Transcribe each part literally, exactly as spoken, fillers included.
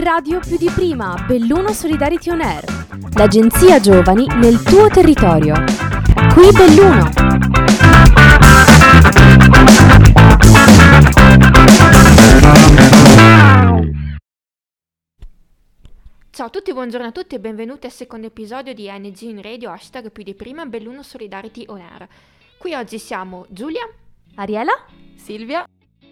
Radio più di prima, Belluno Solidarity On Air, l'agenzia giovani nel tuo territorio. Qui Belluno. Ciao a tutti, buongiorno a tutti e benvenuti al secondo episodio di A N G in Radio, hashtag più di prima, Belluno Solidarity On Air. Qui oggi siamo Giulia, Ariela, Silvia.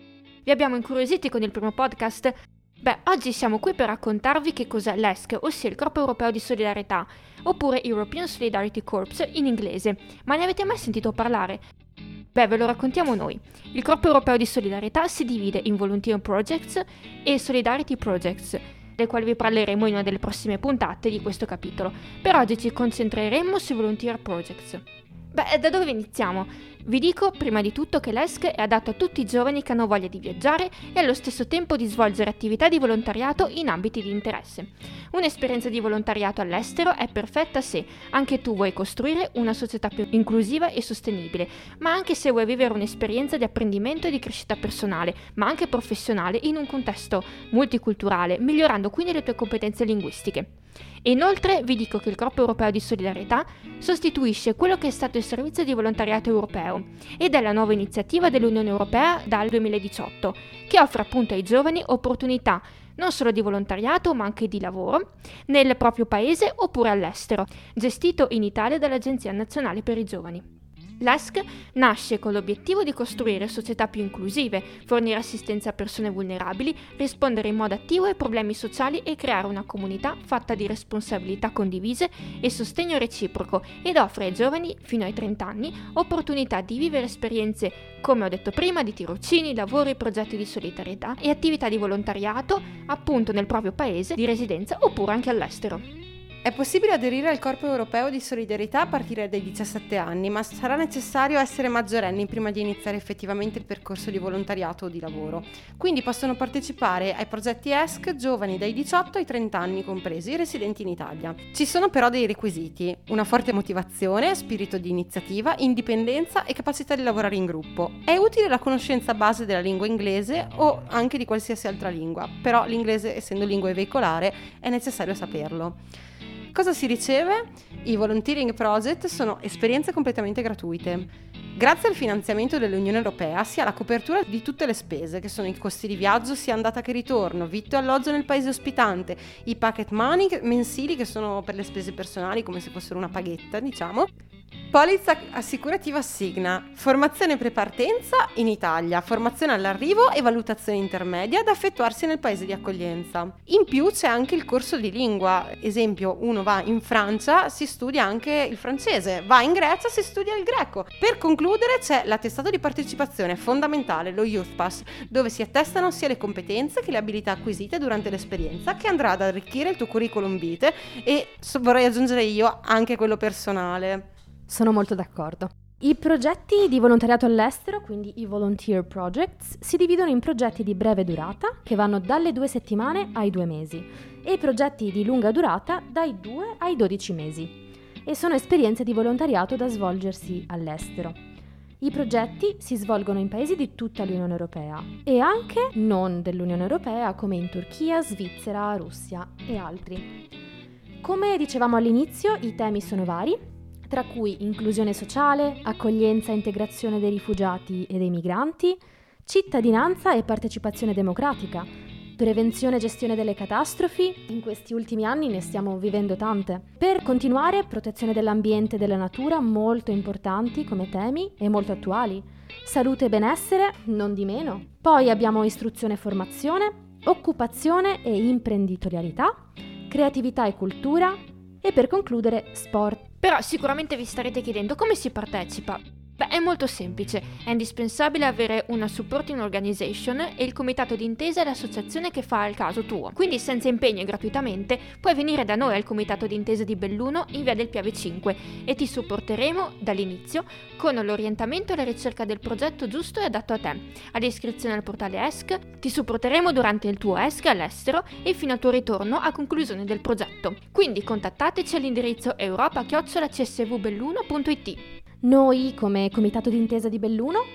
Vi abbiamo incuriositi con il primo podcast? Beh, oggi siamo qui per raccontarvi che cos'è l'E S C, ossia il Corpo Europeo di Solidarietà, oppure European Solidarity Corps in inglese. Ma ne avete mai sentito parlare? Beh, ve lo raccontiamo noi. Il Corpo Europeo di Solidarietà si divide in Volunteer Projects e Solidarity Projects, del quale vi parleremo in una delle prossime puntate di questo capitolo. Per oggi ci concentreremo sui Volunteer Projects. Beh, da dove iniziamo? Vi dico prima di tutto che l'E S C è adatto a tutti i giovani che hanno voglia di viaggiare e allo stesso tempo di svolgere attività di volontariato in ambiti di interesse. Un'esperienza di volontariato all'estero è perfetta se anche tu vuoi costruire una società più inclusiva e sostenibile, ma anche se vuoi vivere un'esperienza di apprendimento e di crescita personale, ma anche professionale in un contesto multiculturale, migliorando quindi le tue competenze linguistiche. E inoltre vi dico che il Corpo Europeo di Solidarietà sostituisce quello che è stato il Servizio di Volontariato Europeo ed è la nuova iniziativa dell'Unione Europea dal duemiladiciotto, che offre appunto ai giovani opportunità non solo di volontariato ma anche di lavoro nel proprio paese oppure all'estero, gestito in Italia dall'Agenzia Nazionale per i Giovani. L'E S C nasce con l'obiettivo di costruire società più inclusive, fornire assistenza a persone vulnerabili, rispondere in modo attivo ai problemi sociali e creare una comunità fatta di responsabilità condivise e sostegno reciproco ed offre ai giovani, fino ai trenta anni, opportunità di vivere esperienze, come ho detto prima, di tirocini, lavori, progetti di solidarietà e attività di volontariato, appunto nel proprio paese di residenza oppure anche all'estero. È possibile aderire al Corpo Europeo di Solidarietà a partire dai diciassette anni, ma sarà necessario essere maggiorenni prima di iniziare effettivamente il percorso di volontariato o di lavoro. Quindi possono partecipare ai progetti E S C giovani dai diciotto ai trenta anni compresi, residenti in Italia. Ci sono però dei requisiti: una forte motivazione, spirito di iniziativa, indipendenza e capacità di lavorare in gruppo. È utile la conoscenza base della lingua inglese o anche di qualsiasi altra lingua, però l'inglese, essendo lingua veicolare, è necessario saperlo. Cosa si riceve? I volunteering project sono esperienze completamente gratuite. Grazie al finanziamento dell'Unione Europea si ha la copertura di tutte le spese, che sono i costi di viaggio sia andata che ritorno, vitto e alloggio nel paese ospitante, i pocket money mensili che sono per le spese personali come se fossero una paghetta, diciamo, polizza assicurativa Signa, formazione pre-partenza in Italia, formazione all'arrivo e valutazione intermedia da effettuarsi nel paese di accoglienza. In più c'è anche il corso di lingua, esempio uno va in Francia, si studia anche il francese, va in Grecia, si studia il greco. Per concludere c'è l'attestato di partecipazione fondamentale, lo Youth Pass, dove si attestano sia le competenze che le abilità acquisite durante l'esperienza, che andrà ad arricchire il tuo curriculum vitae e, vorrei aggiungere io, anche quello personale. Sono molto d'accordo. I progetti di volontariato all'estero, quindi i Volunteer Projects, si dividono in progetti di breve durata, che vanno dalle due settimane ai due mesi, e i progetti di lunga durata dai due ai dodici mesi, e sono esperienze di volontariato da svolgersi all'estero. I progetti si svolgono in paesi di tutta l'Unione Europea e anche non dell'Unione Europea, come in Turchia, Svizzera, Russia e altri. Come dicevamo all'inizio, i temi sono vari, tra cui inclusione sociale, accoglienza e integrazione dei rifugiati e dei migranti, cittadinanza e partecipazione democratica, prevenzione e gestione delle catastrofi, in questi ultimi anni ne stiamo vivendo tante. Per continuare, protezione dell'ambiente e della natura, molto importanti come temi e molto attuali. Salute e benessere, non di meno. Poi abbiamo istruzione e formazione, occupazione e imprenditorialità, creatività e cultura e per concludere sport. Però sicuramente vi starete chiedendo come si partecipa. Beh, è molto semplice, è indispensabile avere una supporting organization e il comitato d'intesa è l'associazione che fa il caso tuo. Quindi senza impegno e gratuitamente puoi venire da noi al comitato d'intesa di Belluno in via del Piave cinque e ti supporteremo dall'inizio con l'orientamento e la ricerca del progetto giusto e adatto a te. All'iscrizione al portale E S C, ti supporteremo durante il tuo E S C all'estero e fino al tuo ritorno a conclusione del progetto. Quindi contattateci all'indirizzo europa chiocciola c s v belluno punto i t. Noi, come Comitato d'Intesa di Belluno,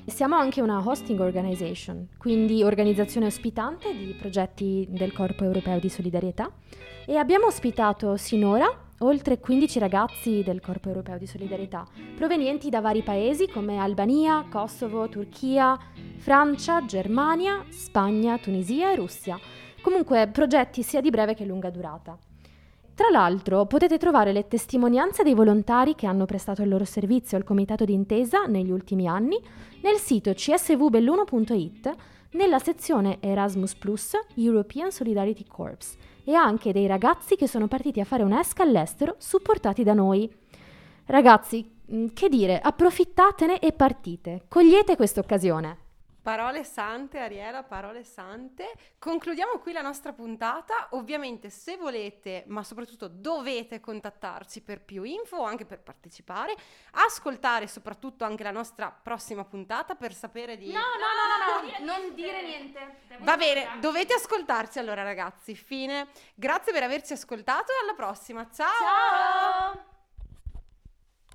Siamo anche una hosting organization, quindi organizzazione ospitante di progetti del Corpo Europeo di Solidarietà, e abbiamo ospitato sinora oltre quindici ragazzi del Corpo Europeo di Solidarietà, provenienti da vari paesi come Albania, Kosovo, Turchia, Francia, Germania, Spagna, Tunisia e Russia. Comunque progetti sia di breve che lunga durata. Tra l'altro potete trovare le testimonianze dei volontari che hanno prestato il loro servizio al Comitato d'Intesa negli ultimi anni nel sito c s v belluno punto i t nella sezione Erasmus Plus European Solidarity Corps, e anche dei ragazzi che sono partiti a fare un'esca all'estero supportati da noi. Ragazzi, che dire, approfittatene e partite, cogliete questa occasione. Parole sante, Ariela, parole sante. Concludiamo qui la nostra puntata. Ovviamente, se volete, ma soprattutto dovete contattarci per più info o anche per partecipare, ascoltare soprattutto anche la nostra prossima puntata per sapere di... No, no, no, no, no. non dire niente. Va bene, dovete ascoltarci allora, ragazzi. Fine. Grazie per averci ascoltato e alla prossima. Ciao! Ciao!